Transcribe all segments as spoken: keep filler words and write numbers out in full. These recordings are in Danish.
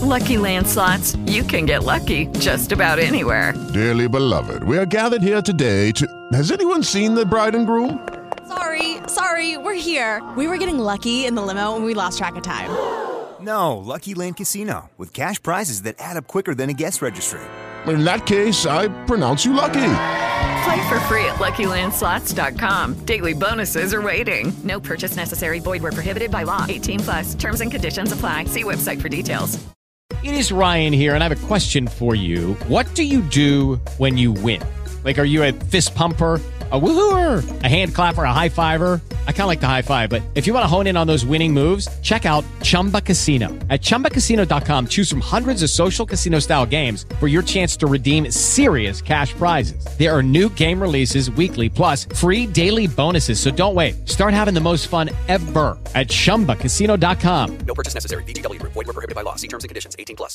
Lucky Land Slots, you can get lucky just about anywhere. Dearly beloved, we are gathered here today to... Has anyone seen the bride and groom? Sorry, sorry, we're here. We were getting lucky in the limo and we lost track of time. No, Lucky Land Casino, with cash prizes that add up quicker than a guest registry. In that case, I pronounce you lucky. Play for free at lucky land slots dot com. Daily bonuses are waiting. No purchase necessary. Void where prohibited by law. eighteen plus. Terms and conditions apply. See website for details. It is Ryan here, and I have a question for you. What do you do when you win? Like, are you a fist pumper, a woohooer, a hand clapper, a high fiver? I kind of like the high five, but if you want to hone in on those winning moves, check out Chumba Casino. At chumba casino dot com, choose from hundreds of social casino-style games for your chance to redeem serious cash prizes. There are new game releases weekly, plus free daily bonuses, so don't wait. Start having the most fun ever at chumba casino dot com. No purchase necessary. V G W. Void where prohibited by law. See terms and conditions. eighteen plus.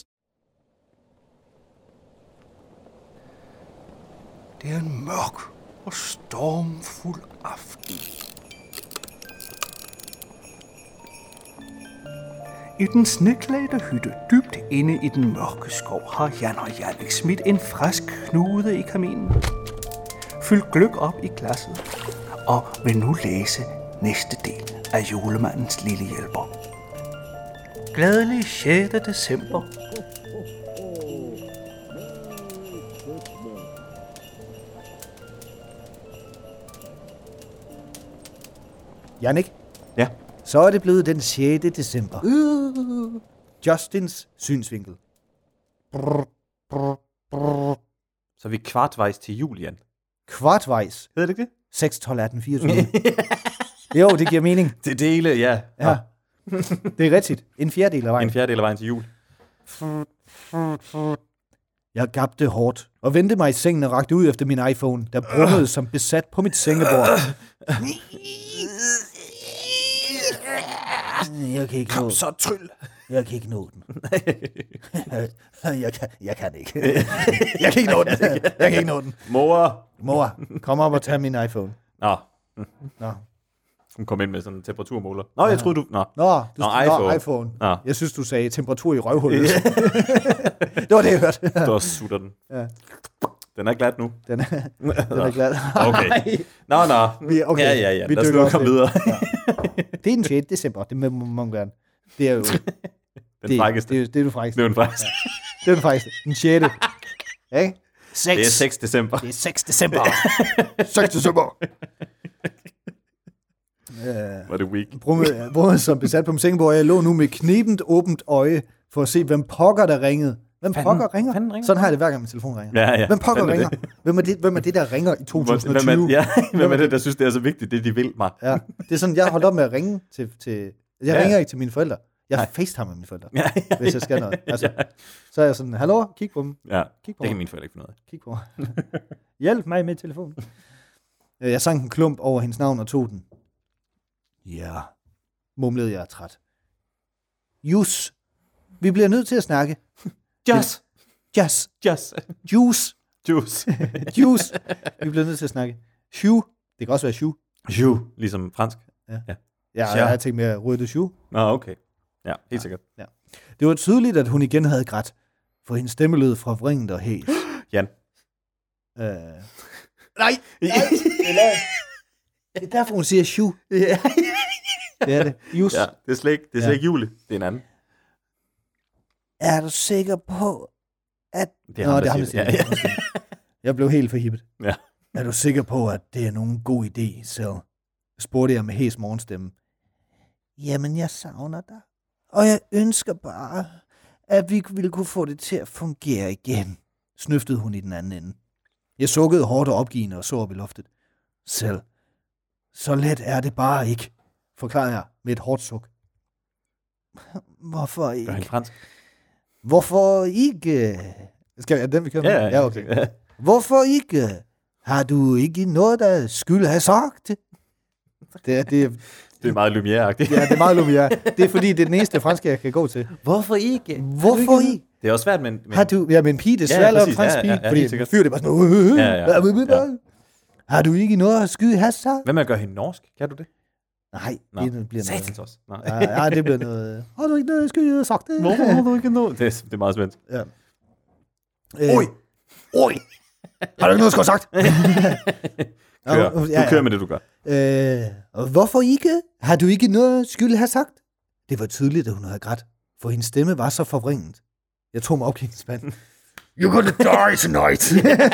Det er en mørk og stormfuld aften. I den sneklædte hytte dybt inde i den mørke skov har Jan og Jannik smidt en frisk knude i kaminen. Fyldt gløgg op i glasset og vil nu læse næste del af Julemandens lille hjælper. Glædelig sjette december. Jannik? Ja? Så er det blevet den sjette december. Uh, Justins synsvinkel. Brr, brr, brr. Så er vi kvartvejs til jul, Jan. Kvartvejs? Hedder det ikke det? seks, tolv, atten, fireogtyve. Jo, det giver mening. Det dele, ja. Ja. Det er rigtigt. En fjerdedel af vejen. En fjerdedel af vejen til jul. Jeg gabte hårdt og vendte mig i sengen og rakte ud efter min iPhone, der brummede som besat på mit sengebord. Jeg kan ikke Kom nå så, tryl. Jeg kan ikke nå den. jeg, kan, jeg kan ikke. Jeg kan ikke nå den. Jeg kan ikke nå den. Mor. Mor, kom op og tag min iPhone. Nå. Nå. Hun kom ind med sådan en temperaturmåler. Nå, jeg troede du... Nå, Nå, du, Nå iPhone. Nå, iPhone. Nå. Jeg synes, du sagde temperatur i røvhullet. Det var det, jeg hørte. Du sutter den. Ja. Den er glat nu. Den er, den er glad. Okay. Nå, nå. Vi, okay. Ja, ja, ja. Vi Lad os nu komme videre. Ja. Det er den sjette december. Det må man gerne. Det er jo... Den det, frækkeste. Det, det, det er den frækkeste. Det er den frækkeste. Ja. Det er den frækkeste. Den sjette. Okay? Det er seks december. Det er seks december. seks december. Uh, Var det weak? Brummet som besat på min sengebord. Jeg lå nu med knebent åbent øje for at se, hvem pokker der ringede. Hvem Fanden, pokker ringer? fanden ringer? Sådan har jeg det hver gang min telefon ringer. Ja, ja. Hvem pokker Fanden ringer? det? Hvem er, det, hvem er det, der ringer i to tusind og tyve? Hvem er, ja, hvem er det, der synes, det er så vigtigt, det de vil mig? Ja, det er sådan, jeg har holdt op med at ringe til... til jeg ja. ringer ikke til mine forældre. Jeg Nej. facetimer mine forældre, ja, ja, hvis jeg skal noget. Altså, ja. Så er jeg sådan, hallo, kig på dem. Ja, kig på det kan mig. mine forældre ikke finde noget af. Kig på mig. Hjælp mig med telefonen. Jeg sang en klump over hendes navn og tog den. Ja, mumlede jeg træt. Jus. Vi bliver nødt til at snakke. Just. Just. Just. Juice. Juice. Juice. Vi bliver nødt til at snakke. Hue. Det kan også være Hue. Hue. Ligesom fransk. Ja. Ja, ja jeg har tænkt med at rydde Hue. Nå, okay. Ja, helt ja. sikkert. Ja. Det var tydeligt, at hun igen havde grædt, for hendes stemme lød forvrænget og hæs. Jan. Øh... Nej, nej, det er Det er derfor, hun siger Hue. Ja. Det er det. Just. Ja, det er slet ikke, det er slet ikke Jule. Det er en anden. Er du sikker på, at... Det er ham, Nå, der det er ham, siger der siger det. Ja. Jeg blev helt forhippet. Ja. Er du sikker på, at det er nogen god idé, Sel? Spurgte jeg med hæs morgenstemme. Jamen, jeg savner dig. Og jeg ønsker bare, at vi ville kunne få det til at fungere igen, snøftede hun i den anden ende. Jeg sukkede hårdt og opgivende og så op i loftet. Sel, så let er det bare ikke, forklarede jeg med et hårdt suk. Hvorfor ikke? Gør han fransk? Hvorfor ikke? Skal jeg den, vi kører med? Ja, ja, ja, okay. Ja. Hvorfor ikke? Har du ikke noget, der skulle have sagt? Det er, det er, det er meget Lumière-agtigt. Ja, det er meget Lumière. Det er fordi, det er den eneste franske, jeg kan gå til. Hvorfor ikke? Hvorfor ikke? Det er også svært, men... men... Har du... Ja, men en pige, det er svært at lave fransk pige. Fordi en fyr, det er bare sådan... Ja, ja. Har du ikke noget, der skulle have sagt? Hvad med at gøre hende norsk? Kan du det? Nej, Nå. det bliver noget... Satans også. Nej. Ja, ja, det bliver noget... Har du ikke noget, skal jeg have sagt det? Hvorfor har du ikke noget? Det er, det er meget spændt. Ja. Øh, Oj! Oj! Har du ikke noget, skal have sagt? Kør. Du ja, ja. kører med det, du gør. Øh, og hvorfor ikke? Har du ikke noget skulle have sagt? Det var tydeligt, at hun havde grædt, for hendes stemme var så forvrænget. Jeg tog mig op i hendes spand. You're gonna die tonight!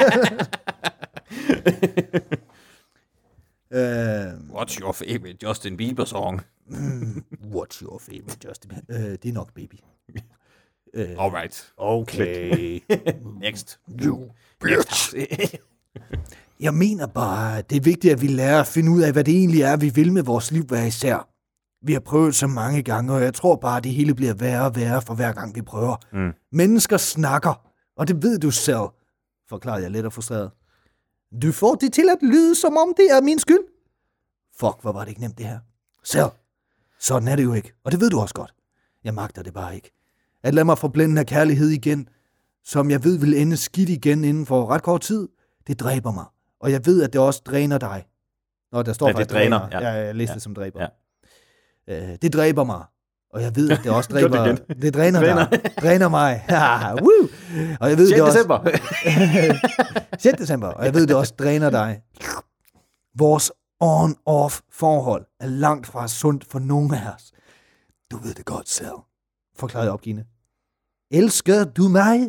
uh, What's your favorite Justin Bieber song? What's your favorite Justin Bieber? Uh, det er nok Baby. Uh, Alright. Okay. Next. You bitch. Jeg mener bare, at det er vigtigt, at vi lærer at finde ud af, hvad det egentlig er, vi vil med vores liv hver især. Vi har prøvet så mange gange, og jeg tror bare, at det hele bliver værre og værre for hver gang, vi prøver. Mm. Mennesker snakker, og det ved du selv, forklarede jeg let og frustreret. Du får det til at lyde, som om det er min skyld. Fuck, hvor var det ikke nemt det her. Selv. Sådan er det jo ikke, og det ved du også godt. Jeg magter det bare ikke. At lade mig forblænde af kærlighed igen, som jeg ved vil ende skidt igen inden for ret kort tid, det dræber mig. Og jeg ved, at det også dræner dig. Nå, der står ja, faktisk det dræner. dræner. Ja. Jeg læste ja. det som dræber. Ja. Uh, det dræber mig. Og jeg ved, at det også dræber... det, det dræner dræner. dig. Dræner mig. Woo! Og jeg ved, sjette det også... december. sjette december. Og jeg ved, det også dræner dig. Vores on-off forhold er langt fra sundt for nogen af os. Du ved det godt selv. Forklarede jeg opgivende. Elsker du mig?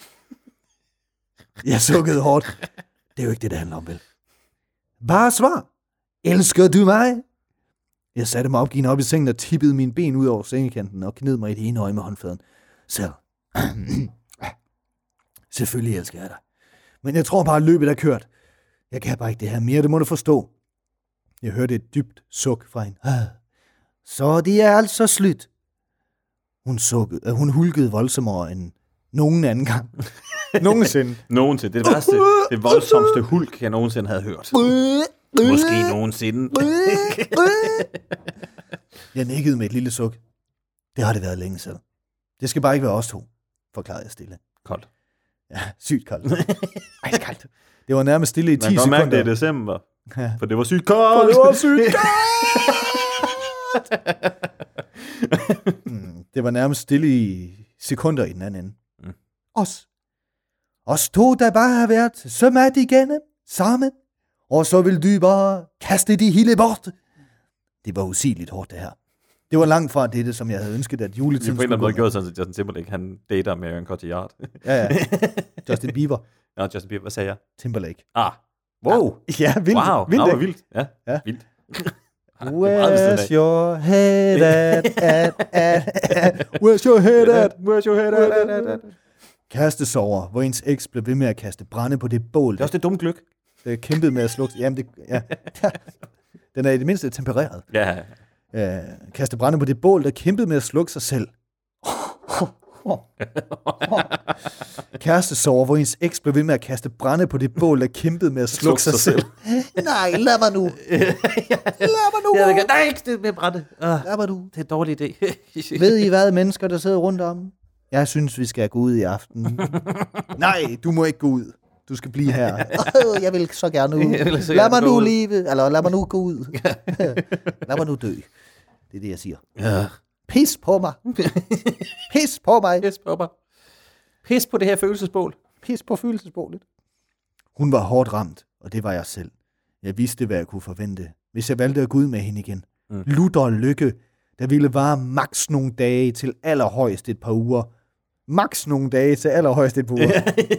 Jeg sukkede hårdt. Det er jo ikke det, det handler om, vel? Bare svar. Elsker du mig? Jeg satte mig opgivende op i sengen og tippede mine ben ud over sengekanten og kned mig i det ene øje med håndfladen. Så. Selvfølgelig elsker jeg dig. Men jeg tror bare, at løbet er kørt. Jeg kan bare ikke det her mere, det må du forstå. Jeg hørte et dybt suk fra hende. Så det er altså slut. Hun sukkede, hun hulkede voldsommere end nogen anden gang. Nogensinde. Nogensinde. Det er det værste, det voldsomste hulk, jeg nogensinde havde hørt. Måske nogensinde. Jeg nikkede med et lille suk. Det har det været længe siden. Det skal bare ikke være os to, forklarede jeg stille. Koldt. Ja, sygt koldt. Ejskoldt. Det var nærmest stille i ti sekunder. Man kan mærke det i december. Ja. For det var sygt koldt. For det var sygt koldt. mm, det var nærmest stille i sekunder i den anden ende. Mm. Os. Os to, der bare har været så mat igennem, sammen. Og så vil du bare kaste de hele bort. Det var usigeligt hårdt, det her. Det var langt fra det, som jeg havde ønsket, at juletiden skulle gå. På en eller anden måde gjorde sådan, at Justin Timberlake, han dater med Marion Cotillard. ja, ja. Justin Bieber. Nå, Justin Bieber, hvad sagde jeg? Timberlake. Ah, wow. Ja, vildt. Wow, vildt. Nå, vildt. Ja, ja. Vildt. Where's your head at, at, at, at, where's your head at, where's your head at, at, at. Kærestesover, hvor ens eks blev ved med at kaste brænde på det bål. Det er også det dumme gløk. Det kæmpede med at slukke. Jamen, det, ja. Den er i det mindste tempereret. Ja. Øh, kaste brænde på det bål, der kæmpede med at slukke sig selv. Kærestesover, hvor ens eks blev ved med at kaste brænde på det bål, der kæmpede med at slukke sig, sig selv. Nej, lad mig nu. Lad mig nu. Ja, det nej, ikke det med brænde. Uh, lad mig nu. Det er en dårlig idé. Ved I hvad, mennesker, der sidder rundt om? Jeg synes, vi skal gå ud i aften. Nej, du må ikke gå ud. Du skal blive her. Oh, jeg vil så gerne ud. Så lad mig nu leve, eller lad mig nu gå ud. Lad mig nu dø. Det er det, jeg siger. Ja. Pis på mig. Pis på mig. Pis på mig. Pis på det her følelsesbål. Pis på følelsesbålet. Hun var hårdt ramt, og det var jeg selv. Jeg vidste, hvad jeg kunne forvente, hvis jeg valgte at gå ud med hende igen. Mm. Lutter lykke, der ville vare maks nogle dage til allerhøjst et par uger. Maks nogle dage til allerhøjst et par uger.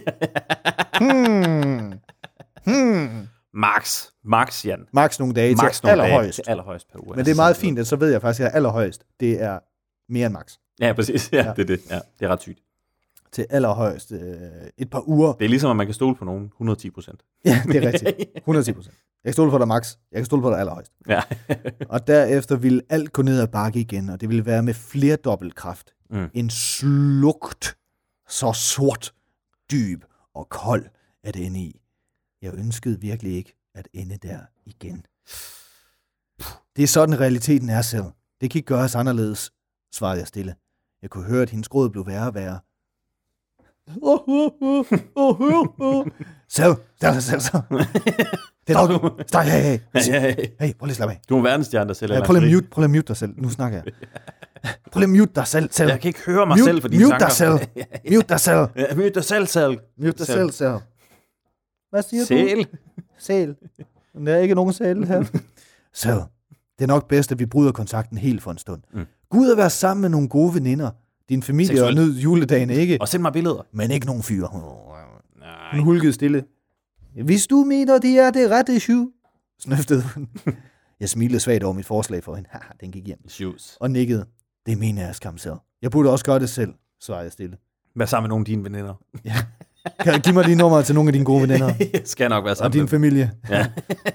hmm. Hmm. Max. Max, Jan. Max nogle dage max til allerhøjst. Til allerhøjst per uge. Men det er meget fint, at så ved jeg faktisk, at allerhøjst, det er mere end max. Ja, præcis. Ja, ja. Det er det. Ja, det er ret sygt. Til allerhøjst øh, et par uger. Det er ligesom, at man kan stole på nogen hundrede og ti procent. Ja, det er rigtigt. hundrede og ti procent. Jeg kan stole på dig max. Jeg kan stole på dig allerhøjst. Ja. Og derefter ville alt gå ned ad bakke igen, og det ville være med flere dobbeltkraft. Mm. En slugt så sort, dyb og kold at ende i. Jeg ønskede virkelig ikke at ende der igen. Det er sådan, realiteten er selv. Det kan ikke gøres anderledes, svarede jeg stille. Jeg kunne høre, at hendes gråd blev værre og værre. Selv, selv, selv, selv. Det er nok. Stop, hey, hey. Hey, prøv lige at slappe af. Du er en verdensstjerne, der selv Ja, prøv lige at mute, prøv lige at mute dig selv. Nu snakker jeg. Prøv lige at mute dig selv, selv. Jeg kan ikke høre mig mute, selv for dine mute tanker. Dig selv. Mute dig selv. Ja, mute dig selv, selv. Mute dig selv, selv. Hvad siger Sæl. du? Sæl. Men der er ikke nogen sæl her. Selv. Det er nok bedst, at vi bryder kontakten helt for en stund. Mm. Gå ud og være sammen med nogle gode veninder. Din familie Seksuelt. Og nyd juledagen, ikke? Og send mig billeder. Men ikke nogen fyre. Hun hulkede stille. Hvis du mener, det er det rette issue, snøftede hun. Jeg smilede svagt over mit forslag for hende. Haha, den gik hjem. Shoes. Og nikkede. Det mener jeg skam selv. Jeg burde også gøre det selv, svarede jeg stille. Vær sammen med nogle af dine veninder. Ja. Kan give mig lige nummer til nogle af dine gode veninder. Jeg skal nok være sammen og din med familie. Ja.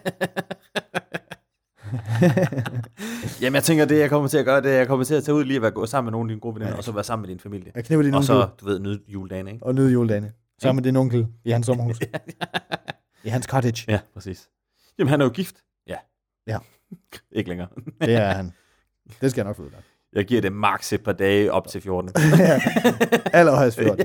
Jamen, jeg tænker, det jeg kommer til at gøre, det er, jeg kommer til at tage ud lige at gå sammen med nogle af dine gode veninder, ja. Og så være sammen med din familie. Jeg knipper din og onkel. så, du ved, nyde juledagen, ikke? Og nyde juledagen. Sammen med din onkel i hans sommerhus. I hans cottage. Ja, præcis. Jamen, han er jo gift. Ja. Ja. Ikke længere. Det er han. Det skal jeg nok få ud af. Jeg giver det maks et par dage op til fjorten. Ja. Allerhøjst fjorten.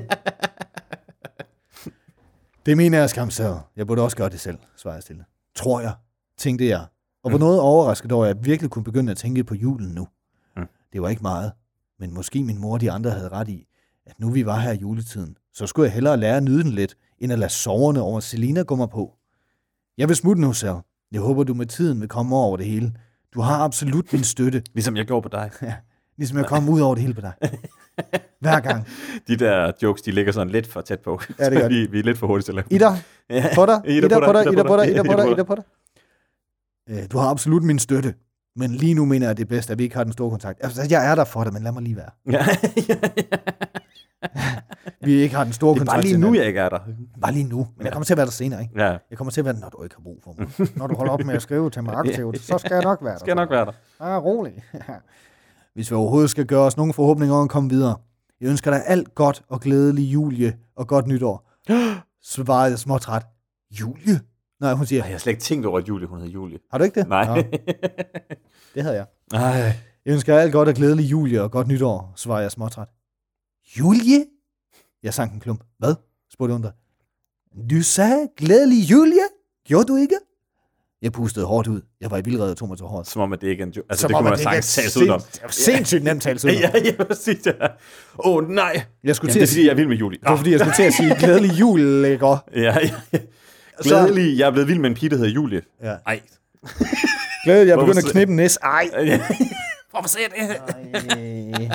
Det mener jeg skam selv. Jeg burde også gøre det selv, svarede jeg stille. Tror jeg, tænkte jeg. Og på mm. noget overrasket over, at jeg virkelig kunne begynde at tænke på julen nu. Mm. Det var ikke meget, men måske min mor og de andre havde ret i, at nu vi var her i juletiden, så skulle jeg hellere lære at nyde den lidt, end at lade soverne over Selina gå mig på. Jeg vil smutte nu, Sal. Jeg håber, du med tiden vil komme over det hele. Du har absolut min støtte. Ligesom jeg gjorde på dig. Ja, ligesom jeg kom ud over det hele på dig. Hver gang. De der jokes, de ligger sådan lidt for tæt på. Ja, det gør vi, vi er lidt for hurtigt til at lave. Ida, på dig. Ida på dig, Ida på dig, Ida på dig, Ida på dig. Du har absolut min støtte. Men lige nu mener jeg, det er bedst, at vi ikke har den store kontakt. Altså, jeg er der for dig, men lad mig lige være. Ja, ja, ja. Vi ikke har den store kontakt. Det er bare lige nu, jeg ikke er der. Bare lige nu. Men jeg kommer til at være der senere, ikke? Ja. Jeg kommer til at være der, når du ikke har brug for mig. Når du holder op med at skrive til mig aktivt, så skal jeg nok være der. Skal jeg nok være der. Ah, rolig. Hvis vi overhovedet skal gøre os nogle forhåbninger om at komme videre. Jeg ønsker dig alt godt og glædelig Julie og godt nytår. Svarede jeg småtræt. Julie? Nej, hun siger... Jeg har slet ikke tænkt over, at Julie, hun hedder Julie. Har du ikke det? Nej. Nå. Det havde jeg. Ej. Jeg ønsker dig alt godt og glædelig Julie og godt nytår, svarede jeg småtræt. Julie? Jeg sank en klump. Hvad? Spurgte hun der. Du sagde glædelig Julie? Gjorde du ikke? Jeg pustede hårdt ud. Jeg var i vildrede og tog mig til hårdt. Som om, at det ikke er en joke. Altså, Som det kunne man sagtens tales ud om. Sindssygt nemt tales ud om. Ja, ja, præcis. Åh, oh, nej. Jeg skulle Jamen, til det er at fordi, jeg er vild med Julie. Det var fordi, jeg skulle til at sige glædelig jul, ikke? Ja, ja. Glædelig. Jeg er blevet vild med en pige, der hedder Julie. Ja. Ej. Glædelig, jeg begynder at knippe en næs. Ej. Hvorfor siger det?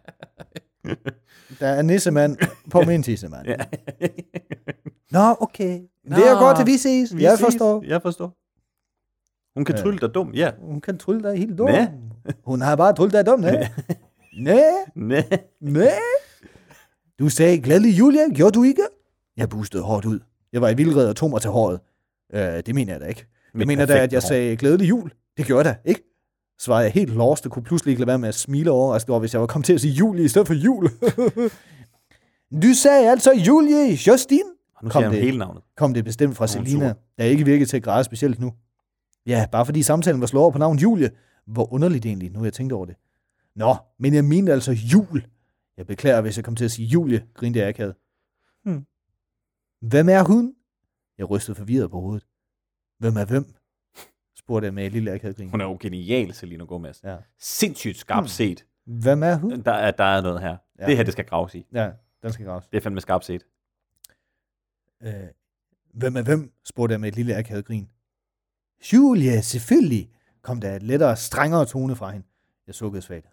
Der er nissemand på min tissemand. Ja. Nå, okay. Nå, det er godt, at vi ses. Vi jeg ses. forstår. Jeg forstår. Hun kan Ja. trylle dig dum, ja. Hun kan trylle dig helt dum. Næ. Hun har bare tryllet dig dum, næ? Næ? Næ. Næ? Du sagde glædelig Julia, gjorde du ikke? Jeg boostede hårdt ud. Jeg var i vildred og tog mig til håret. Øh, det mener jeg da ikke. Jeg Mit mener da, perfekte at jeg hår. sagde glædelig jul. Det gjorde jeg da, ikke? Svarede jeg helt lost og kunne pludselig ikke lade være med at smile over, over hvis jeg var kommet til at sige Julie i stedet for jul. Du sagde altså Julie Justin? Nu Kom siger jeg det. hele navnet. Kom det bestemt fra Nå, hun Selina, sur. der ikke virkede til at græde specielt nu. Ja, bare fordi samtalen var slået over på navn Julie. Hvor underligt egentlig, nu har jeg tænkt over det. Nå, men jeg mente altså jul. Jeg beklager, hvis jeg kom til at sige Julie, grinte jeg akavet. Hmm. Hvem er hun? Jeg rystede forvirret på hovedet. Hvem er hvem? Spurgte jeg med et lille akavet grin. Hun er jo genial, Selina Gomez. Ja. Sindssygt skarpt Hmm. set. Hvem er hun? Der er, der er noget her. Ja. Det her, det skal graves i. Ja, den skal graves. Det er fandme skarpt set. Øh, hvem er hvem? Spurgte jeg med et lille akavet grin. Julie, selvfølgelig, kom der et lettere, strengere tone fra hende. Jeg sukkede svagt.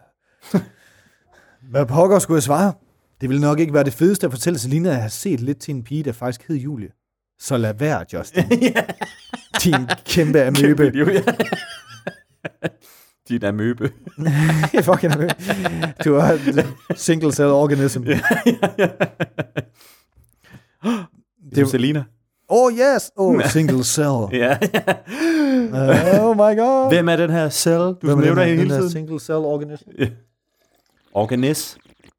Hvad pokker skulle jeg svare? Det ville nok ikke være det fedeste at fortælle Selina, at jeg har set lidt til en pige, der faktisk hed Julie. Så lad være, Justin. Din kæmpe amøbe. Din amøbe. Jeg fucking amøbe. Du er et single cell organism. ja, ja, ja. Det er Selina. Oh yes, oh single cell. Ja, ja. Oh my god. Hvem er den her cell, du Hvem er nævner den her, hele den her tiden? single cell organism? Ja. Organism.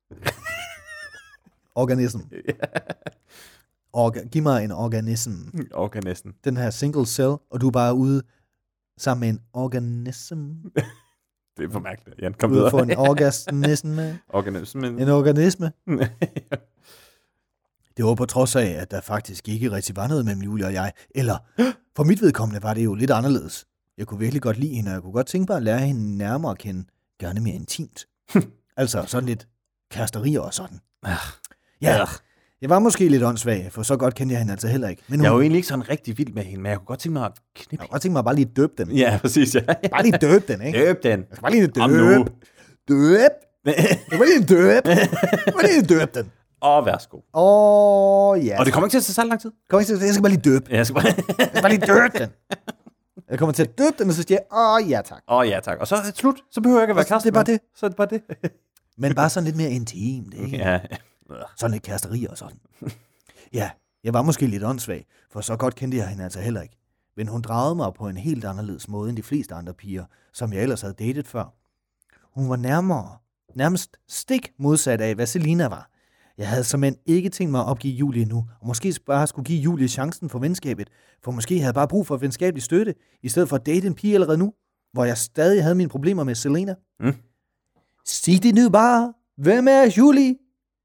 Organism. Orga- giv mig en organism. Organism. Den her single cell, og du er bare ude sammen med en organism. Det er for mærkeligt. Jan, kom Ude videre. for en organisme. Organism. En organisme. Det var på trods af, at der faktisk ikke rigtig var noget mellem Julie og jeg. Eller, for mit vedkommende var det jo lidt anderledes. Jeg kunne virkelig godt lide hende, og jeg kunne godt tænke mig at lære hende nærmere at kende. Gerne mere intimt. Altså sådan lidt kæresterier og sådan. Ja, jeg var måske lidt åndssvag, for så godt kendte jeg hende altså heller ikke. Men hun... Jeg er jo egentlig ikke sådan rigtig vild med hende, men jeg kunne godt tænke mig at knippe. Jeg kunne godt tænke mig at bare lige døbe den. Ja, præcis. Ja. Bare lige døbe den, ikke? Døb den. Jeg skal bare lige døbe. Om nu. Døb. Jeg skal bare lige døbe. Jeg skal bare lige døbe den. Åh, værsgo. Åh, ja. Og det kommer ikke til at tage så lang tid. Kommer ikke til at... Jeg skal bare lige døbe. Ja, jeg skal bare... jeg skal bare lige døbe den. Jeg kommer til at døbe den, og så siger jeg, åh, ja tak. Åh, ja tak. Og så er det slut. Så behøver jeg ikke at være kæreste. Det er bare det. Så er det bare det. Men bare sådan lidt mere intimt, ikke? Ja. Sådan lidt kæresterier og sådan. Ja, jeg var måske lidt åndssvag, for så godt kendte jeg hende altså heller ikke. Men hun dragede mig på en helt anderledes måde end de fleste andre piger, som jeg ellers havde datet før. Hun var nærmere, nærmest stik modsat af, hvad Selina var. Jeg havde simpelthen ikke tænkt mig at opgive Julie nu, og måske bare skulle give Julie chancen for venskabet, for måske havde jeg bare brug for venskabelig støtte, i stedet for at date en pige allerede nu, hvor jeg stadig havde mine problemer med Selina. Mm. Sig det nu bare. Hvem er Julie?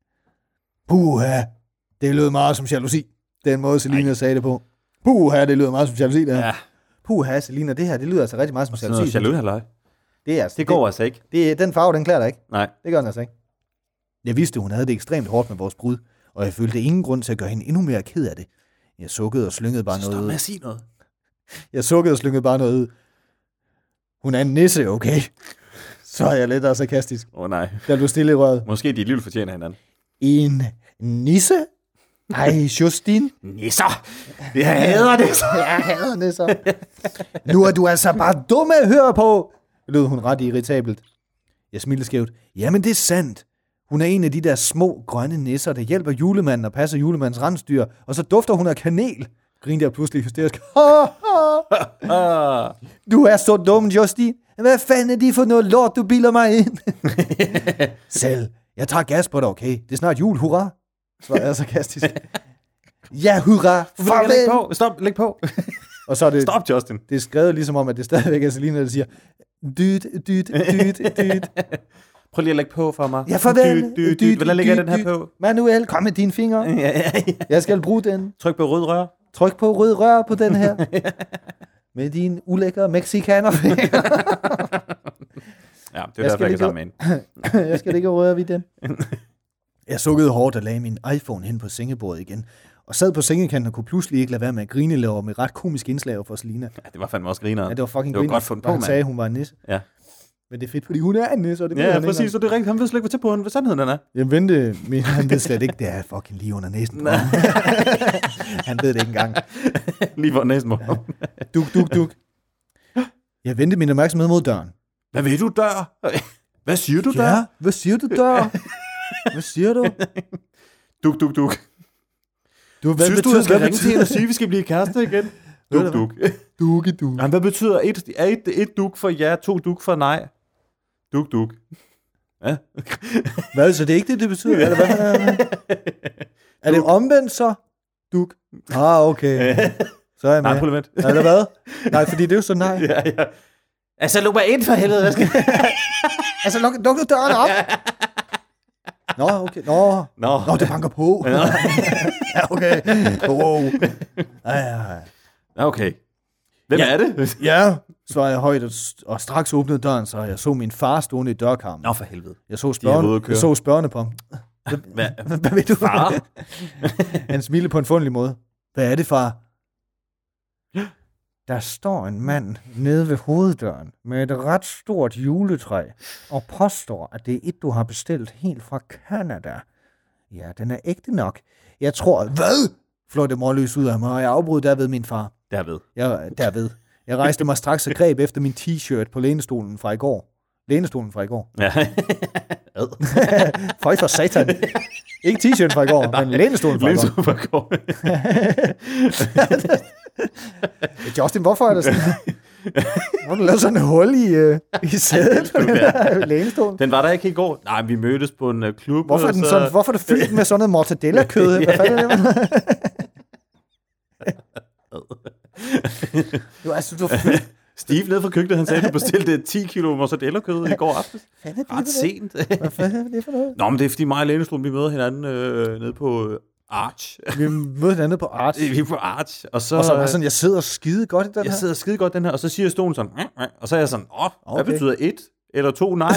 Puha. Det lød meget som jalousi. Den måde, Selina sagde det på. Puha, det lyder meget som jalousi, det her. Ja. Puha, Selina, det her, det lyder altså rigtig meget som Sådan jalousi. noget jaloux, halløj. Det, er altså, Det går altså ikke. Det, den farve, den klæder dig ikke. Nej. Det gør den altså ikke. Jeg vidste, hun havde det ekstremt hårdt med vores brud, og jeg følte ingen grund til at gøre hende endnu mere ked af det. Jeg sukkede og slyngede bare Så noget. stop med at sige noget. Jeg sukkede og slyngede bare noget ud. Hun er en nisse, okay? Så er jeg lidt og sarkastisk. Åh oh, nej. Der blev stille i røret. Måske de alligevel fortjener hinanden. En nisse? Ej, Justin. Nisser! Jeg hader det. Jeg hader nisser. Nu er du altså bare dum at høre på, lød hun ret irritabelt. Jeg smilede skævt. Jamen, det er sandt. Hun er en af de der små grønne nisser, der hjælper julemanden og passer julemandens rensdyr, og så dufter hun af kanel. Grinte jeg pludselig hysterisk. Du er så dum, Justin. Hvad fanden er de for noget lort, du bilder mig ind? Selv. Jeg tager gas på dig, okay? Det er snart jul, hurra. Så er jeg sarkastisk. Ja, hurra. Farvel. Læg på. Stop, læg på. Og så er det, Stop, Justin. Det er skrevet ligesom om, at det stadigvæk er Selina, der siger, dyt, dyt, dyt, dyt. Prøv lige at lægge på for mig. Ja, farvel. Dyt, dyt, dyt. Hvordan lægger jeg den her på? Manuel, kom med dine fingre. Ja, ja, ja. Jeg skal bruge den. Tryk på rød rør. Tryk på rød rør på den her. Med dine ulækre mexikaner. Ja, det er jeg derfor, jeg kan sammen med Jeg skal ikke røre ved den. Jeg sukkede hårdt og lagde min iPhone hen på sengebordet igen, og sad på sengekanten og kunne pludselig ikke lade være med at grine lidt over med ret komisk indslag for Selina. Ja, det var fandme også griner. Ja, det var fucking det var griner, godt fundet på, han mand. sagde, hun var en nisse. Ja. Men det er fedt, fordi hun er en nisse, og det Ja, ja præcis, og det er rigtigt. Han ved slet ikke, hvad til på hende, hvad sandheden den er. Jeg ventede, men han ved slet ikke, det er fucking lige under næsen på ham. Han ved det ikke engang. Lige hvor næsen på ham. Duk, duk, duk. Jeg vendte min opmærksomhed mod døren. Hvad ved du, dør? Hvad siger du, dør? Ja, hvad siger du, dør? Hvad siger du? Duk, duk, duk. Du, hvad Synes betyder, du, jeg skal hvad ringe til hende og sige, at vi skal blive kærester igen? Duk, duk. Dukke, duk. Jamen, hvad betyder et, et, et duk for ja, to duk for nej? Duk, duk. Ja. Hvad, så det er ikke det, det betyder? Eller hvad? Er det omvendt så? Duk. Ah, okay. Så er jeg med. Nej, prøv lidt. Eller hvad? Nej, fordi det er jo så nej. Ja, ja. Altså, luk mig ind for helvede. Hvad skal Altså, luk, luk nu døren op. Nå, okay. Nå, Nå. Nå det banker på. Ja, okay. Wow. Ja, ja, ja. Okay. Hvem Ja. er det? Ja, så jeg højt og, og straks åbnede døren, så jeg så min far stående i dørkarmen. Nå, for helvede. Jeg så De er spørgende, ude at køre. jeg så spørgende på ham. Hvad? Hvad ved du? Far? Han smilede på en fundelig måde. Hvad er det, far? Der står en mand nede ved hoveddøren med et ret stort juletræ og påstår, at det er et, du har bestilt helt fra Canada. Ja, den er ægte nok. Jeg tror... Hvad? Fløj det målløs ud af mig, og jeg afbrød derved min far. Derved. Jeg, derved. Jeg rejste mig straks og greb efter min t-shirt på lænestolen fra i går. Lænestolen fra i går. Ja. Føj for satan. Ikke t-shirt fra i går, men lænestolen fra i går. Lænestolen fra i går. Justin, hvorfor er der sådan... Hvor du lavet sådan et hul i, uh, i sædet på den der lænestolen? Den var der ikke i går. Nej, vi mødtes på en uh, klub. Hvorfor er, den så... sådan, hvorfor er det fyldt med sådan noget mortadella-kød? Hvad fanden er det? Du, altså, du Steve nede fra køkkenet, han sagde, at du bestilte ti kilo mozzarella-kød i går aftes. Fanden er det Ret for sent. Hvad fanden er det for noget? Nå, men det er fordi mig og Lænestrøm, vi møder hinanden øh, nede på Arch. Vi mødte hinanden på Arch. Vi er på Arch. Og så, og så var sådan, jeg sidder skide godt i den jeg her. Jeg sidder skide godt den her, og så siger stolen sådan, øh, øh, og så er jeg sådan, åh, oh, okay. hvad betyder et eller to? Nej.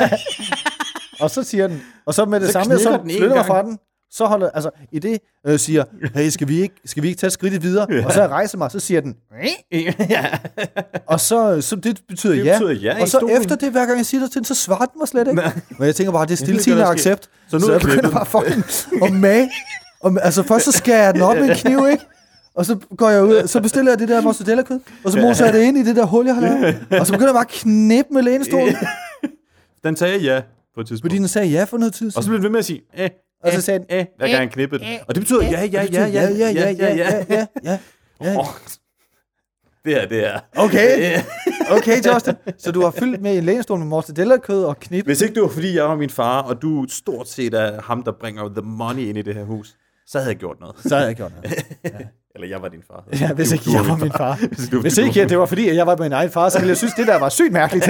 Og så siger den, og så med det så samme, så flytter mig fra den, så holder, altså, i det øh, siger, hey, skal vi ikke, skal vi ikke tage skridtet videre? Ja. Og så jeg rejser mig, så siger den, ja. Og så, så det betyder det ja. Betyder ja og så efter det, hver gang jeg siger det til den, så svarer den mig slet ikke. Nej. Men jeg tænker bare, det er stiltigende accept. Så, nu så jeg begynder bare fucking at mage. Og, altså først så skærer jeg den op med en kniv, ikke? Og så går jeg ud, så bestiller jeg det der mozzarella-kød, og så moser jeg det ind i det der hul, jeg har lavet. Og så begynder jeg bare at knippe med lænestolen. Den sagde ja på et tidspunkt. Fordi den sagde ja for noget tid. Og så blev den ved med at sige, eh, og så sagde den, eh, hver gang han knippede den. Og det betyder ja, ja, ja, ja, ja, ja, ja, ja, ja, ja, ja. Det her, det er. Okay, okay, Justin. Så du har fyldt med en lænestol med mortadella-kød og knip. Hvis ikke det var, fordi jeg var min far, og du stort set er ham, der bringer the money ind i det her hus, så havde jeg gjort noget. Så havde jeg gjort noget. Ja. Eller jeg var din far. Ja, hvis du, ikke du jeg var min far. far. Hvis, hvis ikke ja, det var fordi, jeg var min egen far, så ville jeg synes, det der var sygt mærkeligt.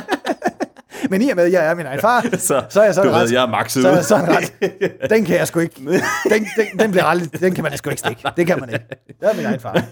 Men i og med, at jeg er min egen far, så, så er jeg sådan ret. Du ved, jeg er maxet så er jeg sådan ret. Den kan jeg sgu ikke. Den, den, den, bliver aldrig, den kan man sgu ikke stikke. Det kan man ikke. Jeg er min egen far.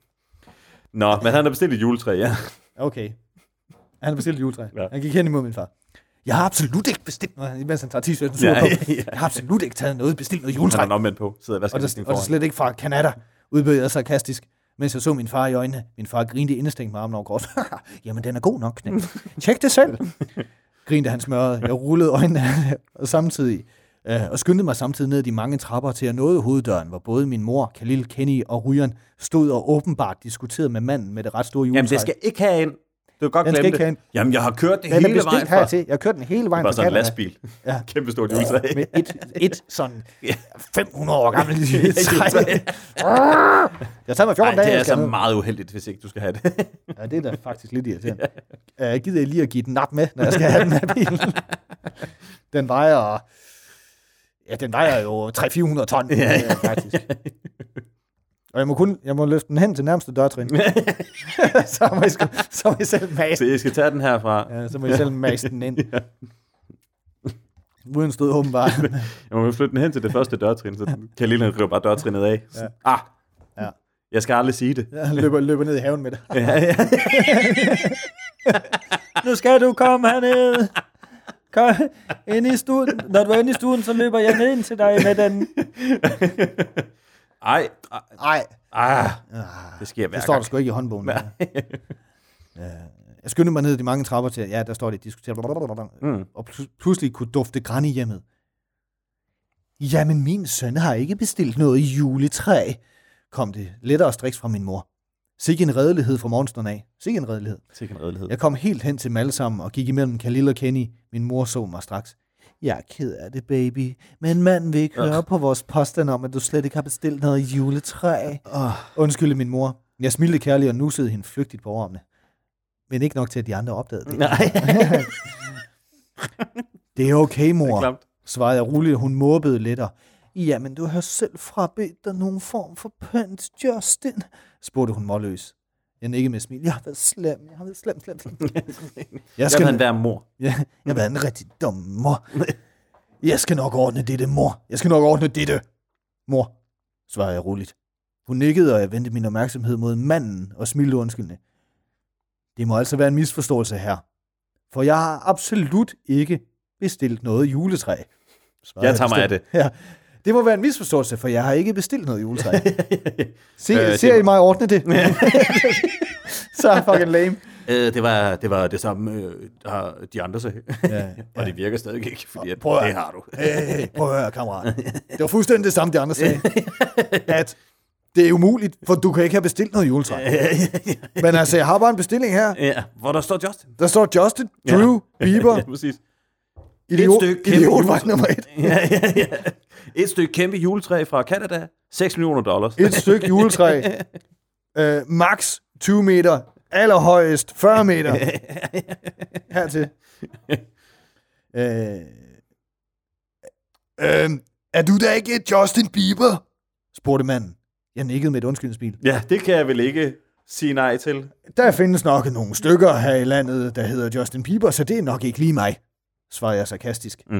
Nå, men han har bestilt et juletræ, ja. Okay. Han har bestilt et juletræ. Ja. Han gik hen imod min far. Jeg har absolut ikke bestilt noget, mens han tager t-shirten ja, ja, ja. Jeg har absolut ikke taget noget, bestilt noget juletræ. Han er omvendt på. Sidder og, og, der, og det er slet ikke fra Canada, udbød jeg sarkastisk, mens jeg så min far i øjnene. Min far grinte indestængt med armen over kors. Jamen, den er god nok, knæk. Tjek det selv. Grinte han smørrede. Jeg rullede øjnene og samtidig øh, og skyndte mig samtidig ned de mange trapper til at nåede hoveddøren, hvor både min mor, Khalil, Kenny og Ryan stod og åbenbart diskuterede med manden med det ret store juletræ. Jamen, det skal ikke have ind. Du kan godt den glemme det. Ind. Jamen, jeg har kørt det den hele vejen fra. Til. Jeg har kørt den hele vejen fra. Det var sådan en lastbil. Ja. Kæmpe stort juletræ. Med et, et sådan fem hundrede år gammelt juletræ. Jeg tager mig fjorten dage. Det er så meget uheldigt, hvis ikke du skal have det. Ja, det er da faktisk lidt irriterende. Jeg gider lige at give den nap med, når jeg skal have den her bil. Den vejer... Ja, den vejer jo tre til fire hundrede ton, ja, ja. faktisk. Og jeg må kun jeg må løfte den hen til nærmeste dørtrin. så, må I sku, så må I selv mase. Så jeg skal tage den herfra. Ja, så må I selv mase den ind. Ja. Uden stod åbenbart. Jeg må flytte den hen til det første dørtrin, så kan lille rive bare dørtrinet af. Ja. Ah, ja. Jeg skal aldrig sige det. Jeg løber, løber ned i haven med det. ja, ja. Nu skal du komme herned. Kom ind i stuen. Når du er inde i stuen, så løber jeg ned ind til dig med den. Ej. Ej. Ah, det sker hver Det står der sgu ikke i håndbogen. Ja. Jeg skyndte mig ned de mange trapper til, ja, der står det, diskuterer, mm. og pludselig kunne dufte græn i hjemmet. Jamen, min søn har ikke bestilt noget juletræ, kom det lettere striks fra min mor. Sikke en redelighed fra morgenstunden af. Sikke en redelighed. Sikke en redelighed. Jeg kom helt hen til dem alle sammen og gik imellem Khalil og Kenny. Min mor så mig straks. Jeg er ked af det, baby. Men manden vil ikke høre uh. på vores påstand om, at du slet ikke har bestilt noget juletræ. Uh. Undskyld min mor. Jeg smilte kærligt og nussede hende flygtigt på overarmene. Men ikke nok til, at de andre opdagede det. Nej. Det er okay, mor. Er svarede jeg roligt, og hun måbede lettere. Jamen, du har selv frabedt dig nogen form for pønt, Justin, spurgte hun målløs. Jeg nikkede med smil. Jeg har været slem. Jeg har været slem, slem, slem. Jeg skal være mor. Ja, jeg har været en rigtig dum mor. Jeg skal nok ordne dette, mor. Jeg skal nok ordne dette, mor, svarede jeg roligt. Hun nikkede, og jeg vendte min opmærksomhed mod manden og smilte undskyldende. Det må altså være en misforståelse her. For jeg har absolut ikke bestilt noget juletræ. Jeg tager mig af det. Ja. Det må være en misforståelse, for jeg har ikke bestilt noget juletræ. Se, øh, ser I mig ordne det? Så er fucking lame. Øh, det, var, det var det samme, øh, de andre sagde. Ja, ja. Og det virker stadig ikke, fordi at, det har du. Hey, hey, prøv at høre, kammerat. Det var fuldstændig det samme, de andre sagde. At det er umuligt, for du kan ikke have bestilt noget juletræ. Men altså, jeg har bare en bestilling her. Ja, hvor der står Justin. Der står Justin, Drew, ja. Bieber. Ja, præcis. Idiot, idiot var nummer et. ja, ja, ja. Et stykke kæmpe juletræ fra Canada. seks millioner dollars. Et stykke juletræ. uh, max tyve meter. Allerhøjest fyrre meter. Hertil. Uh, uh, er du da ikke Justin Bieber? Spurgte manden. Jeg nikkede med et undskyldningsbil. Ja, det kan jeg vel ikke sige nej til. Der findes nok nogle stykker her i landet, der hedder Justin Bieber, så det er nok ikke lige mig, svarede jeg sarkastisk. Mm.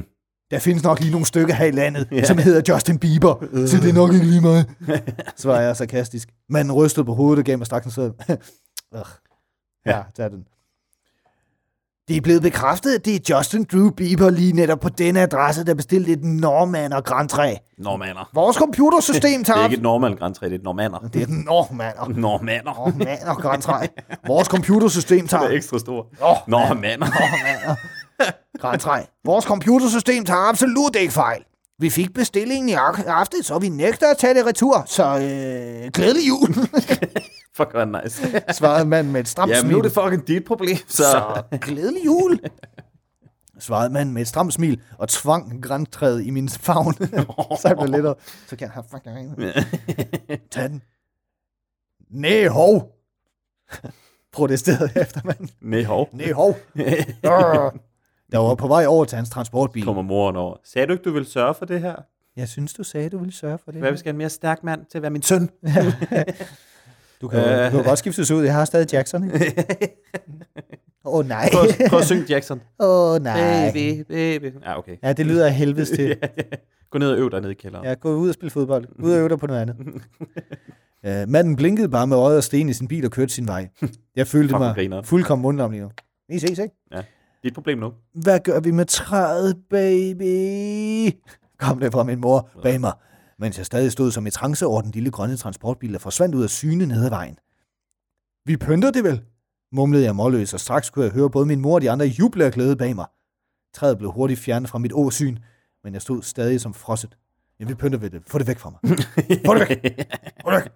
der findes nok lige nogle stykker her i landet, yeah. som hedder Justin Bieber, uh. så det er nok ikke lige mig. Så var jeg sarkastisk. Manden rystede på hovedet og gav mig straks en sæd. Ja, tag den. Det er blevet bekræftet, at det er Justin Drew Bieber lige netop på denne adresse, der bestilte et Normanner grantræ. Normanner. Vores computersystem tager... Det er ikke et normal grantræ, det er et normanner. Det er et Normanner. Normanner. Normanner grantræ. Vores computersystem tager... Det er ekstra stor. Normanner. Normanner. Grantræ. Vores computersystem tager absolut ikke fejl. Vi fik bestillingen i aften, så vi nægter at tage det retur. Så øh, glædelig jul. Fuck, hvor nice. Svarede manden med et stramt smil. Jamen, nu er det fucking dit problem, så... Så glædelig jul. Svarede manden med et stramt smil og tvang grantræet i min favn. Så jeg blev lettere. Så kan jeg have fucking... Tag den. Næh, hov. Protesterede efter manden. Næh, hov. Næh, hov. Der var på vej over til hans transportbil. Kommer moren over. Sagde du ikke, du ville sørge for det her? Jeg synes, du sagde, du ville sørge for det. Hvad, vi skal have en mere stærk mand til at være min søn? Du kan, øh. du kan godt skiftes ud. Jeg har stadig Jackson. Åh, oh, nej. Prøv, prøv at synge Jackson. Åh, oh, nej. Baby, baby. Ja, okay. Ja, det lyder af helvedes til. ja, ja. Gå ned og øv dig ned i kælderen. Ja, gå ud og spille fodbold. Ud og øv dig på noget andet. uh, manden blinkede bare med øjet og sten i sin bil og kørte sin vej. Jeg følte mig griner. fuldkommen mundlam lige nu. Vi ses, ikke? Ja. Det er et problem nu. Hvad gør vi med træet, baby? Kom det fra min mor bag mig, mens jeg stadig stod som i trance over den lille grønne transportbil, der forsvandt ud af syne ned ad vejen. Vi pynter det vel, mumlede jeg målløs, og straks kunne jeg høre både min mor og de andre juble og glæde bag mig. Træet blev hurtigt fjernet fra mit åsyn, men jeg stod stadig som frosset. Jeg vil pynte ved det. Få det væk fra mig. Få det væk. Få det væk.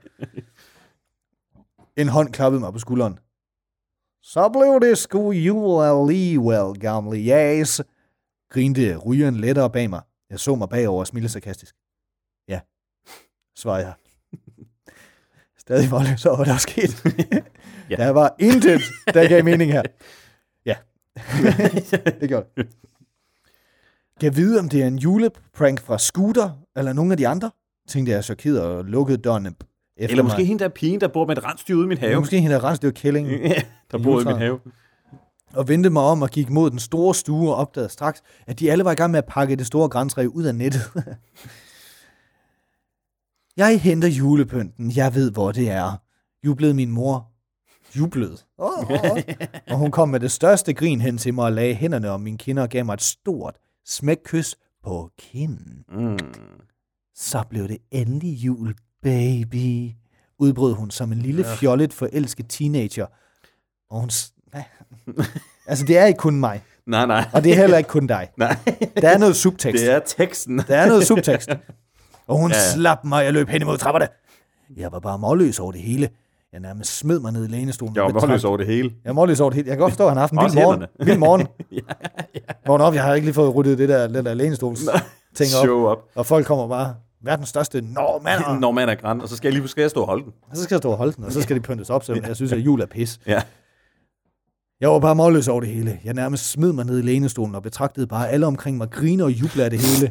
En hånd klappede mig på skulderen. Så blev det sgu jul alligevel, gamle jæs, grinte rygeren lettere bag mig. Jeg så mig bagover og smilede sarkastisk. Ja, svarede jeg. Stadig voldløs over, hvad der var sket. ja. Der var intet, der gav mening her. Ja, det gjorde det. Kan jeg vide, om det er en juleprank fra Scooter, eller nogen af de andre? Tænkte jeg chokeret og lukkede døren. Eller måske mig. Hende der pigen, der bor med et rensdyr ude i min have. Eller måske hende der rensdyr kællingen. ja, der bor i min have. Og vendte mig om og gik mod den store stue og opdagede straks, at de alle var i gang med at pakke det store grantræ ud af nettet. Jeg henter julepynten. Jeg ved, hvor det er. Jublede min mor. Jublede. Oh, oh, oh. Og hun kom med det største grin hen til mig og lagde hænderne om mine kinder og gav mig et stort smækkys på kinden. Mm. Så blev det endelig jul, baby, udbrød hun som en lille fjollet forelsket teenager. Og hun... altså, det er ikke kun mig. Nej, nej. Og det er heller ikke kun dig. Nej. Der er noget subtekst. Det er teksten. Der er noget subtekst. Og hun ja. slap mig, og jeg løb hen imod trapperne. Jeg var bare målløs over det hele. Jeg nærmest smed mig ned i lænestolen. Jeg var målløs over det hele. Jeg var målløs over det hele. Jeg kan godt forstå, at han har haft en vild morgen. Vild morgen. ja, ja. Vågn op, jeg har ikke lige fået ryddet det der, den der lænestols ting op. Show up. Og folk kommer bare, verdens største normander. Normander græn, og så skal jeg lige skal stå og holde den. Og så skal jeg stå og holde den, og så skal de pyntes op, så ja. jeg synes, at jul er pis. Ja. Jeg var bare målløs over det hele. Jeg nærmest smed mig ned i lænestolen og betragtede bare alle omkring mig grine og juble af det hele.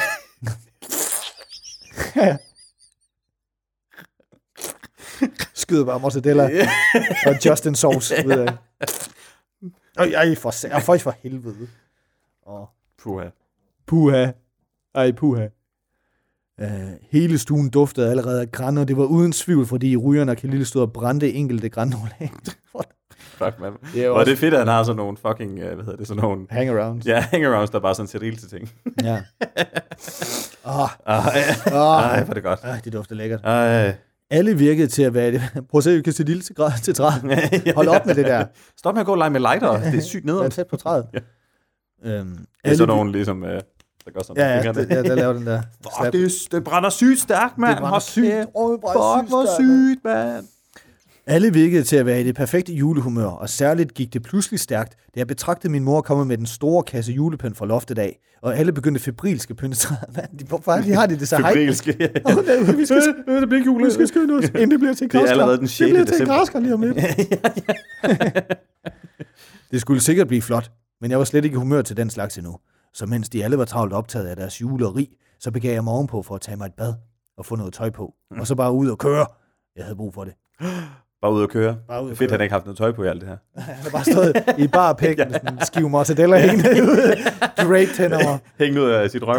Skyder bare mozzarella og Justin sauce. Ved jeg. Øj, ej, for, ej, for, for helvede. Oh. Puha. Puha. Ej, puha. Uh, hele stuen duftede allerede af græn, og det var uden tvivl, fordi rygerne og Kalille stod og brændte enkelte grænhuller. Fuck, man. Det er, også... det er fedt, at han har sådan nogle fucking, uh, hvad hedder det, sådan nogle... Hangarounds. Ja, hangarounds, der bare sådan ser til ting. ja. Åh. Oh. Ej, ej, hvor er det godt. Ej, det dufter lækkert. Ej. Alle virkede til at være det. Prøv at se, vi kan se lille til, græ- til træet. Hold op med det der. Stop med at gå og lege med lighter. Det er sygt nedad. Jeg er tæt på træet. ja. øhm, det er sådan nogen, ligesom, uh, der gør sådan ja, ja, det, ja, der laver den der. Fuck, det, det brænder sygt stærkt, mand. Det brænder sygt. Oh, Fuck, hvor sygt, mand. Alle virkede til at være i det perfekte julehumør, og særligt gik det pludselig stærkt, da jeg betragtede min mor komme med den store kasse julepynt fra loftet af, og alle begyndte febrilske pyntetræder. De, hvorfor de har de det så hejt? Febrilske, ja. Oh, det, vi skal, øh, det bliver ikke jule, vi skal skynde os, inden det bliver til en græskar. Det er allerede den sjette december. Det bliver til en græskar lige om lidt. ja, ja. Det skulle sikkert blive flot, men jeg var slet ikke i humør til den slags endnu. Så mens de alle var travlt optaget af deres juleri, så begav jeg mig ovenpå for at tage mig et bad og få noget tøj på, mm. og så bare ud og køre. Jeg havde brug for det. Bare ud at køre. Bare ud at Fedt, køre. han ikke haft noget tøj på i alt det her. Han har bare stået i bar pæk med sådan en skive mortadella hængende ude. Draped henover. Hængende ud af sit røv.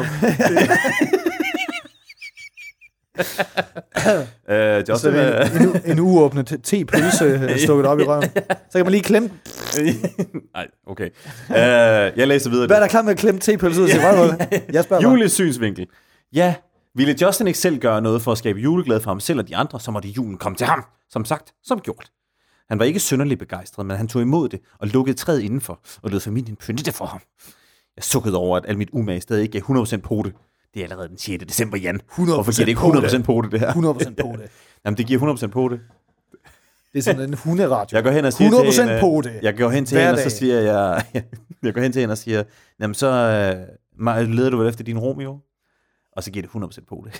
øh, Justin, Så en, en, en uåbnet te-pølse stukket op i røven. Så kan man lige klemme. Nej, okay. Uh, jeg læser videre. Hvad er der klar med at klemme te-pølse ud til røven? Jeg spørger bare. Julesynsvinkel. Ja, ville Justin ikke selv gøre noget for at skabe juleglæde for ham selv og de andre, så måtte julen komme til ham. Som sagt, som gjort. Han var ikke synderligt begejstret, men han tog imod det og lukkede træet indenfor og lod familien pynte det for ham. Jeg sukkede over, at al mit umage stadig ikke gav hundrede procent på det. Det er allerede den sjette december, Jan. Hvorfor giver det ikke hundrede procent på det, det her? hundrede procent på det. Jamen, det giver hundrede procent på det. Det er sådan en hunderadio. Jeg går hen og siger hundrede procent til hende, på det. Jeg går hen til hende, og så siger jeg, jeg går hen til hende og siger, jamen så øh, leder du vel efter din Romeo? Og så giver det hundrede procent på det.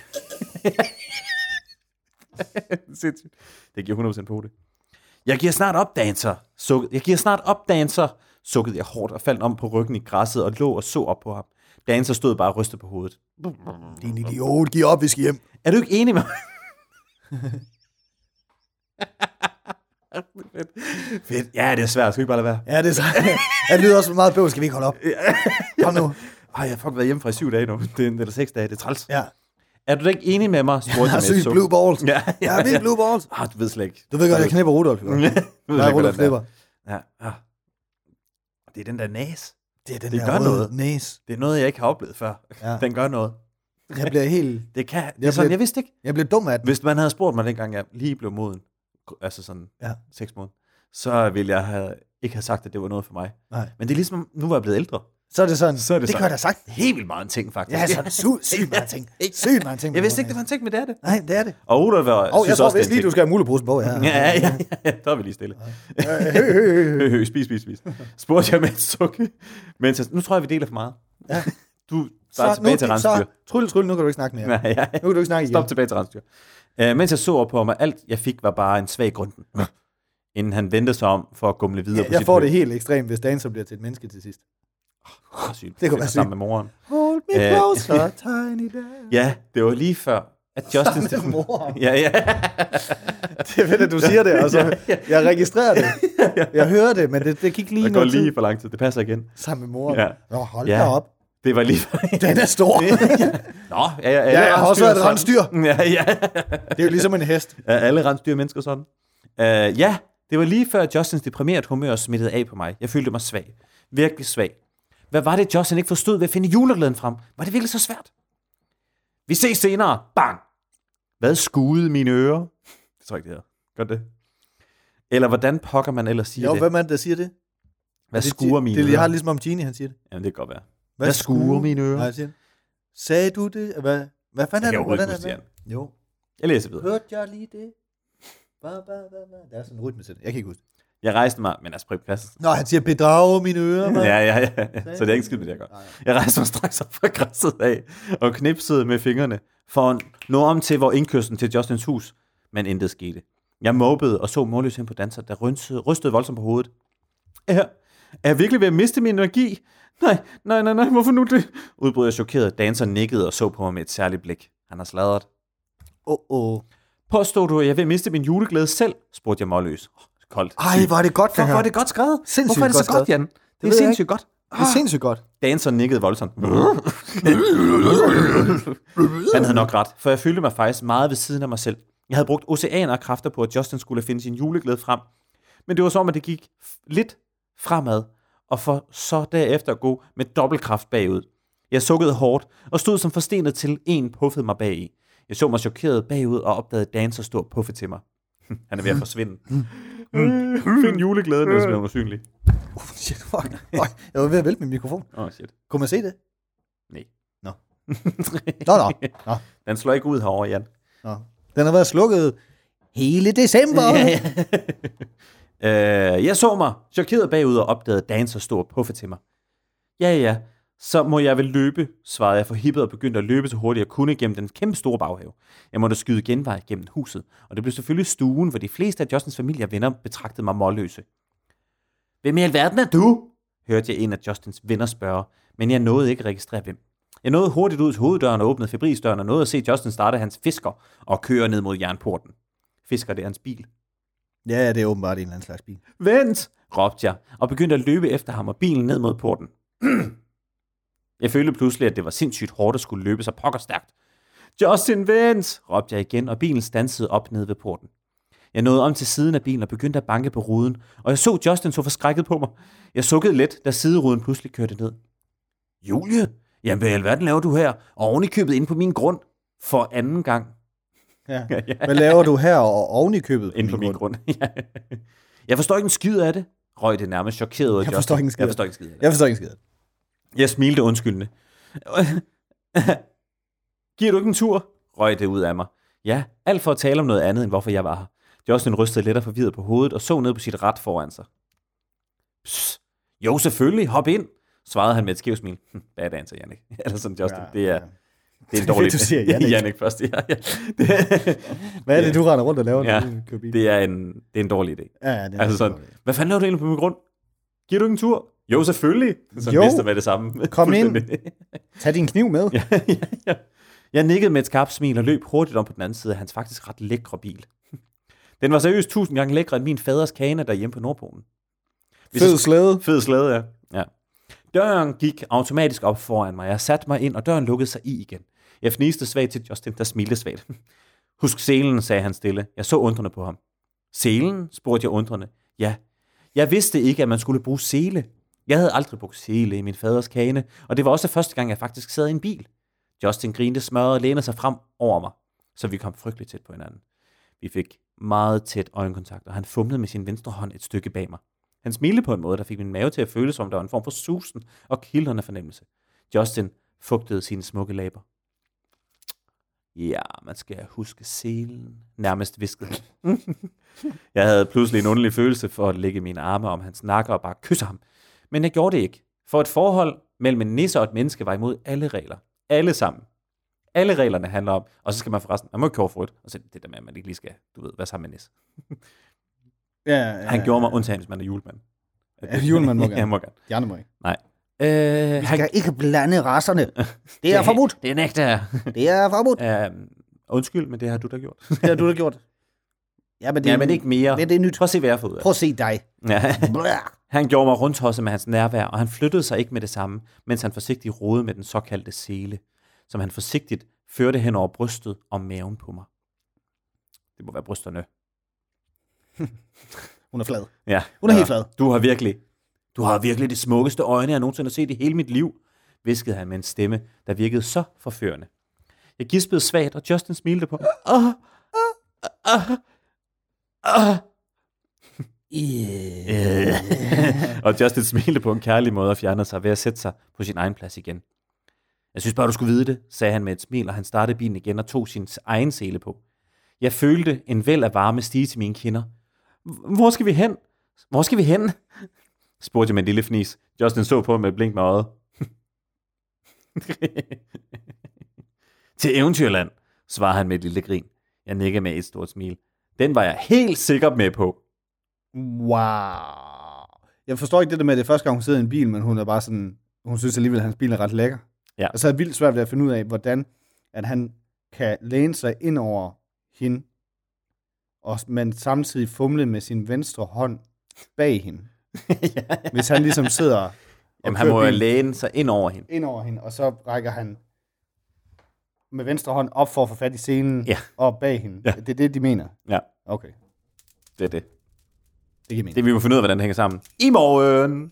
Det giver hundrede procent på det. Jeg giver snart op, dancer. Suk- jeg giver snart op, dancer. Sukkede jeg hårdt og faldt om på ryggen i græsset og lå og så op på ham. Dancer stod bare og rystede på hovedet. Din idiot, giv op, vi skal hjem. Er du ikke enig med mig? Fedt. Fedt. Ja, det er svært. Skal vi ikke bare lade være? Ja, det er så. Det lyder også meget bøv. Skal vi ikke holde op? Kom nu. Ej, jeg har fucking været hjemme fra i syv dage nu. Det er, det er seks dage. Det er træls. Ja. Er du da ikke enig med mig? Jeg har sygt blue balls. Ja, jeg har vildt blue balls. Ah, du ved slet ikke. Du ved godt, jeg knipper Rudolf. Jo. Nej, Rudolf knipper. Ja, ja. Det er den der næs. Det er den det der gør noget. næs. Det er noget, jeg ikke har oplevet før. Ja. Den gør noget. Jeg bliver helt... Det kan... Det er jeg, sådan, bliver, jeg vidste ikke. Jeg blev dum af den. Hvis man havde spurgt mig dengang, jeg lige blev moden, altså sådan ja. seks måneder, så ville jeg have, ikke have sagt, at det var noget for mig. Nej. Men det er ligesom, nu var jeg blevet ældre. Så er det sådan, så er det, det sådan, kan jeg da sagt. Helt vildt meget en ting, faktisk. Ja, sådan sygt, sygt meget ting. Sygt meget ting. Jeg vidste ikke, det var en ting, men det er det. Nej, det er det. Og Rudolf var, oh, synes jeg tror vist lige, du skal have muleposen på. Ja, ja, ja, ja, ja, der er vi lige stille. Hø, hø, spis, spis, spis. Spurgte jeg med et sukke. Men nu tror jeg, vi deler for meget. Ja. Du bare tilbage nu, til rensdyr. Trylle, trylle, nu kan du ikke snakke mere. Ja, ja. Nu kan du ikke snakke igen. Stop tilbage til rensdyr. Uh, mens jeg så op på ham, alt jeg fik var bare en svag grunden. Inden han vendte sig om for at gumle videre ja, på jeg sit får hø. det helt ekstremt, hvis Dancer bliver til et menneske til sidst. Oh, sygt. Det kunne være sygt. Sammen med moren. Hold me closer, uh, tiny dad. Ja, det var lige før, at Justin... Sammen med moren. Ja, ja. Det er fedt, at du siger det, og så jeg registrerer det. Jeg hører det, men det, det gik lige noget noget tid. Det går lige tid. for lang tid. Det passer igen. Sammen med moren. Ja. Nå, hold ja. da op. Det var lige før. Den er stor. Nå, ja, ja, ja, jeg har også været et rensdyr. Ja, ja. Det er jo ligesom en hest. Er alle rensdyr mennesker sådan? Uh, ja, det var lige før Justins deprimeret humør smittede af på mig. Jeg følte mig svag. Virkelig svag. Hvad var det, Justin ikke forstod ved at finde juleglæden frem? Var det virkelig så svært? Vi ses senere. Bang! Hvad skudede mine ører? Det tror jeg ikke, det hedder. Gør det? Eller hvordan pokker man ellers siger jo, det? Jo, hvem er det, der siger det? Hvad skuer mine det, ører? Det har ligesom om Genie, han siger det. Jamen, det kan godt være. Hvad, hvad skuer mine ører? Nej, siger sagde du det? Hvad, hvad fanden er det? Hvordan er det? Jo. Jeg læser videre. Hørte jeg lige det? Ba, ba, ba, ba. Der er sådan en rytmesæt. Jeg kan ikke huske. Jeg rejste mig, men altså på pladsen. Nå, han siger, bedrage mine ører, man. ja, ja, ja. Så det er ikke skidt med det, jeg gør. Jeg rejste mig straks op fra græsset af, og knipsede med fingrene, for at nå om til, hvor indkørslen til Justins hus, men intet skete. Jeg mobede og så målløs hen på Dancer, der rystede, rystede voldsomt på hovedet. Er, er jeg virkelig ved at miste min energi? Nej, nej, nej, nej, hvorfor nu det? Udbrød jeg chokeret. Dancer nikkede og så på mig med et særligt blik. Han har sladret. Åh, oh, oh. Påstod du, at jeg vil miste min juleglæde selv? Spurgte jeg målløs. Oh, koldt. Ej, hvor er det godt, Hvorfor er det godt skrevet? Sindssygt Hvorfor er det så godt, Jan? Det, det er sindssygt godt. Det er sindssygt godt. Dancer nikkede voldsomt. Han havde nok ret, for jeg følte mig faktisk meget ved siden af mig selv. Jeg havde brugt oceaner af kræfter på, at Justin skulle finde sin juleglæde frem. Men det var som, at det gik lidt fremad, og for så derefter at gå med dobbeltkraft bagud. Jeg sukkede hårdt, og stod som forstenet til en puffede mig bag i. Jeg så mig chokeret bagud, og opdagede Dancer stå og puffe til mig. Han er ved at forsvinde. Find juleglæden, hvis han er usynlig. Oh, shit, fuck. Jeg var ved at vælte min mikrofon. Åh, oh, shit. Kunne man se det? Nej. Nå. nå, nå, nå. Den slår ikke ud herovre, Jan. Nå. Den har været slukket hele december. Ja, ja. uh, jeg så mig chokeret bagud og opdagede Dancer stå og puffe til mig. Ja, ja. Så må jeg vel løbe, svarede jeg forhippet og begyndte at løbe så hurtigt jeg kunne gennem den kæmpe store baghave. Jeg måtte skyde genvej gennem huset, og det blev selvfølgelig stuen, hvor de fleste af Justins familie og venner betragtede mig målløse. Hvem i alverden er du? Hørte jeg en af Justins venner spørge, men jeg nåede ikke at registrere hvem. Jeg nåede hurtigt ud til hoveddøren og åbnede febrilsdøren og nåede at se Justin starte hans fisker og køre ned mod jernporten. Fisker, det er hans bil. Ja, det er åbenbart en eller anden slags bil. Vent, råbte jeg, og begyndte at løbe efter ham og bilen ned mod porten. Jeg følte pludselig, at det var sindssygt hårdt at skulle løbe så pokkerstærkt. Justin, vent, råbte jeg igen, og bilen standsede op nede ved porten. Jeg nåede om til siden af bilen og begyndte at banke på ruden, og jeg så Justin så forskrækket på mig. Jeg sukkede let, da sideruden pludselig kørte ned. Julie, jamen hvad i alverden laver du her, og oven i købet inde på min grund for anden gang? Ja. Hvad laver du her og oven i købet inde på min grund? Ja. Jeg forstår ikke en skid af det, røg det nærmest chokeret ud af Jeg Justin. forstår ikke en skid. Jeg forstår ikke en skid af det. Jeg forstår ikke en skid. Jeg smilte undskyldende. Giver du ikke en tur? Røg det ud af mig. Ja, alt for at tale om noget andet, end hvorfor jeg var her. Justin rystede let og forvirret på hovedet og så ned på sit rat foran sig. Psst. Jo, selvfølgelig. Hop ind, svarede han med et skævt smil. Bad answer, Jannik. Eller sådan, Justin. Ja, det er, ja. det er en dårlig... Du siger Jannik. Jannik først, ja. ja. Det, hvad er det, du render rundt og laver? Ja, du det er, en, det er en dårlig idé. Ja, det er altså sådan, hvad fanden laver du egentlig på min grund? Giver du ikke en tur? Jo, selvfølgelig. Så jo. vidste med det samme. Kom ind. Tag din kniv med. ja, ja, ja. Jeg nikkede med et skarpt smil og løb hurtigt om på den anden side af hans faktisk ret lækre bil. Den var seriøst tusind gange lækre end min faders kane derhjemme på Nordpolen. Hvis Fed slæde. Fed slæde, ja. ja. Døren gik automatisk op foran mig. Jeg satte mig ind, og døren lukkede sig i igen. Jeg fniste svagt til Justin, der smilte svagt. Husk selen, sagde han stille. Jeg så undrende på ham. Selen? Spurgte jeg undrende. Ja. Jeg vidste ikke, at man skulle bruge sele. Jeg havde aldrig brugt sele i min faders kane, og det var også første gang, jeg faktisk sad i en bil. Justin grinte smørret og lænede sig frem over mig, så vi kom frygteligt tæt på hinanden. Vi fik meget tæt øjenkontakt, og han fumlede med sin venstre hånd et stykke bag mig. Han smilede på en måde, der fik min mave til at føle, som der var en form for susen og kildrende fornemmelse. Justin fugtede sine smukke læber. Ja, man skal huske selen, nærmest viskede han. Jeg havde pludselig en underlig følelse for at lægge mine arme om hans nakke og bare kysse ham. Men jeg gjorde det ikke, for et forhold mellem en nisse og et menneske var imod alle regler. Alle sammen. Alle reglerne handler om, og så skal man forresten, man må ikke køre for et, og så det der med, at man ikke lige skal, du ved, være sammen med nisse. Ja, ja, ja, han gjorde mig undtagen, hvis man er julemand. Ja, julemand må gerne. Ja, må gerne. De andre må ikke. Nej. Øh, Vi skal han... ikke blande rasserne. Det er forbudt. Det er nægter jeg. Det er forbudt. Uh, undskyld, men det har du da gjort. Det har du da gjort. Ja, men, det ja, er, men ikke mere. Men det er nyt. Prøv at se, hvad jeg får ud af. Prøv at se dig. Ja. Han gjorde mig rundtosset med hans nærvær, og han flyttede sig ikke med det samme, mens han forsigtigt rodede med den såkaldte sele, som han forsigtigt førte hen over brystet og maven på mig. Det må være brysterne. Hun er flad. Ja. Hun er ja. helt flad. Du har virkelig, du har virkelig de smukkeste øjne, jeg nogensinde har set i hele mit liv, viskede han med en stemme, der virkede så forførende. Jeg gispede svagt, og Justin smilte på mig. Ah, ah, ah, ah. Yeah. Og Justin smilte på en kærlig måde og fjernede sig ved at sætte sig på sin egen plads igen. Jeg synes bare, du skulle vide det, sagde han med et smil, og han startede bilen igen og tog sin egen sele på. Jeg følte en væld af varme stige til mine kinder. Hvor skal vi hen? Hvor skal vi hen? Spurgte jeg med en lille fnis. Justin så på med et blink med øjet. Til Eventyrland, svarede han med et lille grin. Jeg nikkede med et stort smil. Den var jeg helt sikker med på. Wow. Jeg forstår ikke det der med, at det er første gang, hun sidder i en bil, men hun er bare sådan, hun synes alligevel, at hans bil er ret lækker. Ja. Og så er det vildt svært ved at finde ud af, hvordan at han kan læne sig ind over hende, og men samtidig fumle med sin venstre hånd bag hende. ja. Hvis han ligesom sidder... Jamen, han må jo læne sig ind over hende. Ind over hende, og så rækker han med venstre hånd op for at få fat i scenen, ja. og bag hende. Ja. Det er det, de mener? Ja. Okay. Det er det. Det giver mening. Det vi må finde ud af, hvordan det hænger sammen. I morgen!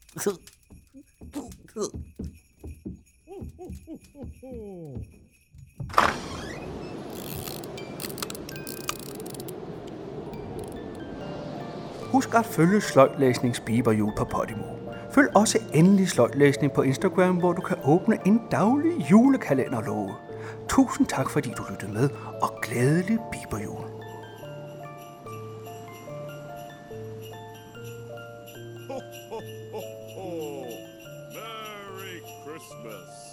Husk at følge Sløjtlæsningsbiberjul på Podimo. Følg også endelig Sløjtlæsning på Instagram, hvor du kan åbne en daglig julekalenderlåge. Tusind tak, fordi du lyttede med, og glædelig biberjul. Merry Christmas.